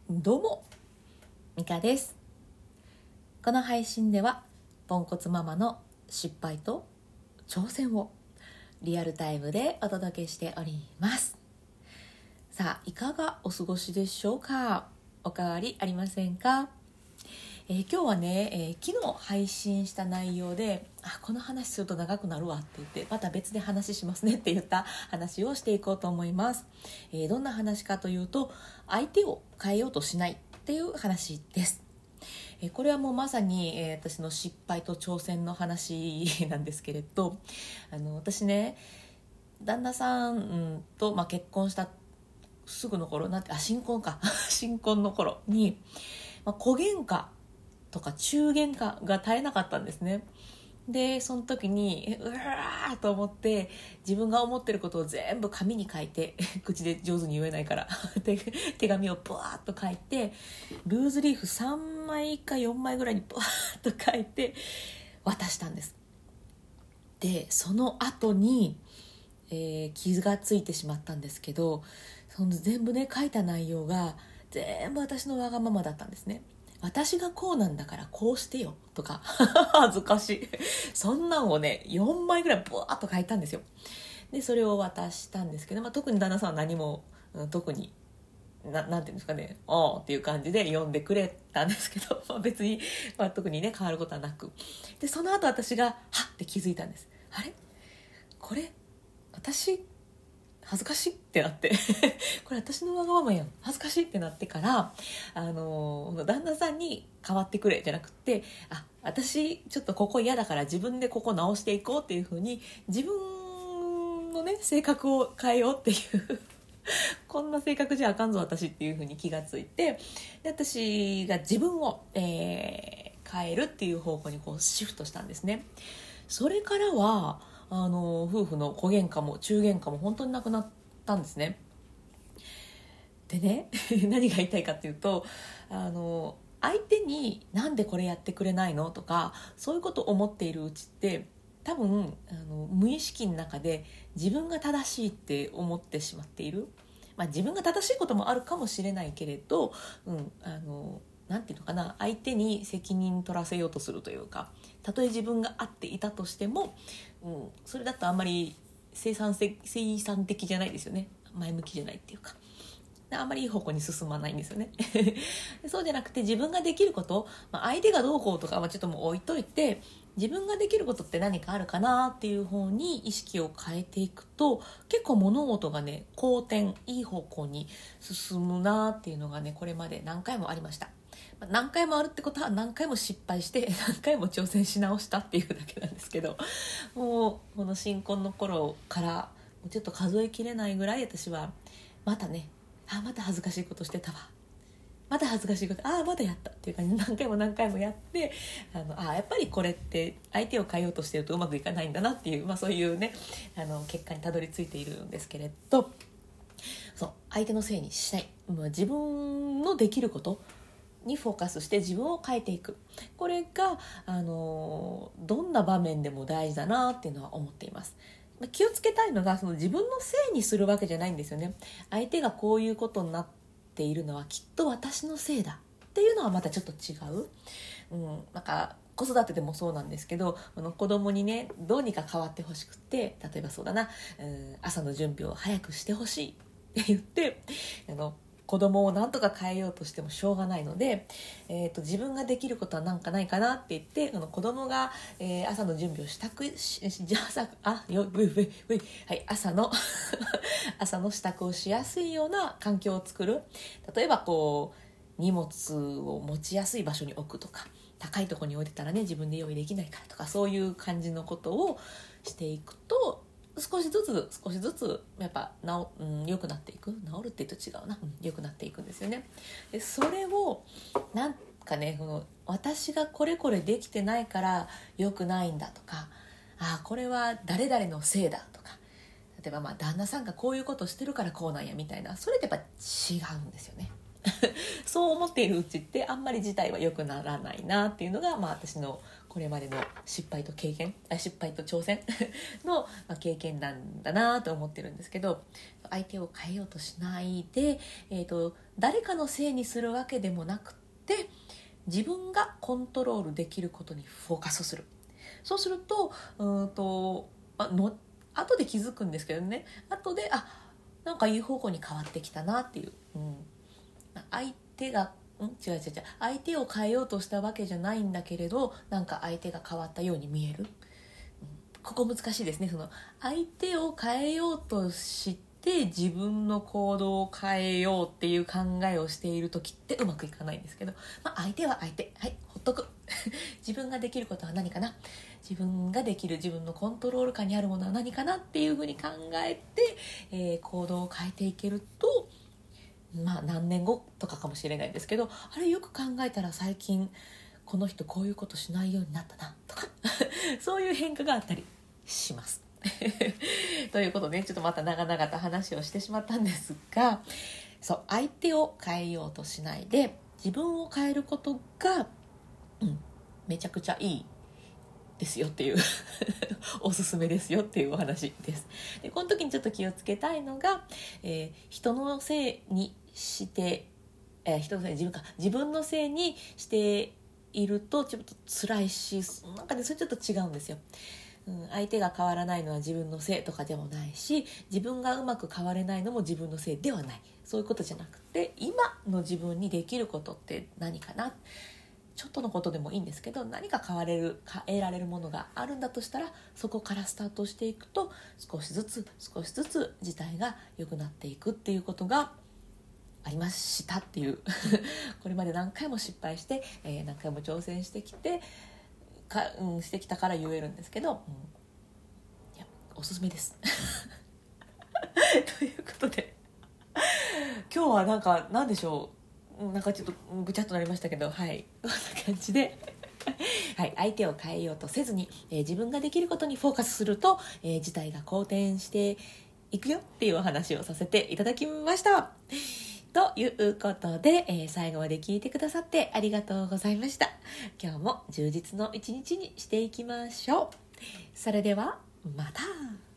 どうも、ミカです。この配信ではポンコツママの失敗と挑戦をリアルタイムでお届けしております。さあ、いかがお過ごしでしょうか？お変わりありませんか？今日はね、昨日配信した内容でこの話すると長くなるわって言ってまた別で話しますねって言った話をしていこうと思います。どんな話かというと、相手を変えようとしないっていう話です。これはもうまさに、私の失敗と挑戦の話なんですけれど、私ね、旦那さんと、結婚したすぐの頃新婚か新婚の頃に、小喧嘩とか中喧嘩が絶えなかったんですね。でその時にうわーと思って自分が思ってることを全部紙に書いて口で上手に言えないから手紙をブワーッと書いて、ルーズリーフ3枚か4枚ぐらいにブワーッと書いて渡したんです。でその後に、気がついてしまったんですけど、その全部ね書いた内容が全部私のわがままだったんですね。私がこうなんだからこうしてよとか恥ずかしいそんなんをね4枚ぐらいブワーッと書いたんですよ。でそれを渡したんですけど、特に旦那さんは何も、特になんていうんですかね、おーっていう感じで読んでくれたんですけど、別に、特にね変わることはなく、でその後私がはって気づいたんです。あれこれ私恥ずかしいってなってこれ私のわがままやん、恥ずかしいってなってから、旦那さんに変わってくれじゃなくて、私ちょっとここ嫌だから自分でここ直していこうっていう風に自分のね性格を変えようっていうこんな性格じゃあかんぞ私っていう風に気がついて、で私が自分を、変えるっていう方向にこうシフトしたんですね。それからは夫婦の小喧嘩も中喧嘩も本当になくなったんですね。でね何が言いたいかっていうと、相手になんでこれやってくれないのとかそういうことを思っているうちって多分無意識の中で自分が正しいって思ってしまっている、自分が正しいこともあるかもしれないけれど、なんていうのかな、相手に責任取らせようとするというか、たとえ自分が合っていたとしても、それだとあんまり生産的じゃないですよね。前向きじゃないっていうか、あんまりいい方向に進まないんですよねそうじゃなくて自分ができること、相手がどうこうとかはちょっともう置いといて、自分ができることって何かあるかなっていう方に意識を変えていくと、結構物事がね好転、いい方向に進むなっていうのがねこれまで何回もありました。何回もあるってことは何回も失敗して何回も挑戦し直したっていうだけなんですけど、もうこの新婚の頃からもうちょっと数えきれないぐらい私はまたね、また恥ずかしいことしてたわ、また恥ずかしいことまだやったっていう感じで何回も何回もやって、やっぱりこれって相手を変えようとしてるとうまくいかないんだなっていう、そういうね結果にたどり着いているんですけれど、そう相手のせいにしない、自分のできることにフォーカスして自分を変えていく、これが、どんな場面でも大事だなっていうのは思っています。気をつけたいのが、その自分のせいにするわけじゃないんですよね。相手がこういうことになっているのはきっと私のせいだっていうのはまたちょっと違う、子育てでもそうなんですけど、子供にねどうにか変わってほしくって、例えばそうだな、朝の準備を早くしてほしいって言って子供を何とか変えようとしてもしょうがないので、自分ができることは何かないかなって言って、子供が、朝の準備をしたくじゃあ朝の朝の支度をしやすいような環境を作る。例えば荷物を持ちやすい場所に置くとか、高いところに置いてたらね自分で用意できないからとか、そういう感じのことをしていくと少しずつやっぱ良くなっていく。治るって言うと違うな、良くなっていくんですよね。でそれをなんかね、私がこれこれできてないから良くないんだとか、これは誰々のせいだとか、例えば旦那さんがこういうことしてるからこうなんやみたいな、それってやっぱ違うんですよねそう思っているうちってあんまり事態は良くならないなっていうのが、私のこれまでの失敗と挑戦の経験なんだなと思ってるんですけど、相手を変えようとしないで、 誰かのせいにするわけでもなくて、自分がコントロールできることにフォーカスする。そうすると後で気づくんですけどね、後でなんかいい方向に変わってきたなっていう、相手が違う相手を変えようとしたわけじゃないんだけれど、なんか相手が変わったように見える、ここ難しいですね。その相手を変えようとして自分の行動を変えようっていう考えをしている時ってうまくいかないんですけど、相手は相手、はいほっとく自分ができることは何かな、自分ができる自分のコントロール下にあるものは何かなっていうふうに考えて、行動を変えていけると、何年後とかかもしれないですけど、あれよく考えたら最近この人こういうことしないようになったなとかそういう変化があったりしますということで、ちょっとまた長々と話をしてしまったんですが、そう、相手を変えようとしないで自分を変えることが、めちゃくちゃいいですよっていうおすすめですよっていうお話です。でこの時にちょっと気をつけたいのが、人のせいにして、自分のせいにしているとちょっと辛いし、なんかねそれちょっと違うんですよ。相手が変わらないのは自分のせいとかでもないし、自分がうまく変われないのも自分のせいではない。そういうことじゃなくて、今の自分にできることって何かな、ちょっとのことでもいいんですけど、何か変えられるものがあるんだとしたら、そこからスタートしていくと少しずつ事態が良くなっていくっていうことがありましたっていうこれまで何回も失敗して、何回も挑戦してきてしてきたから言えるんですけど、いやおすすめですということで今日はなんでしょう、なんかちょっとぐちゃっとなりましたけど、はいこんな感じではい、相手を変えようとせずに、自分ができることにフォーカスすると、事態が好転していくよっていうお話をさせていただきましたということで、最後まで聞いてくださってありがとうございました。今日も充実の一日にしていきましょう。それではまた。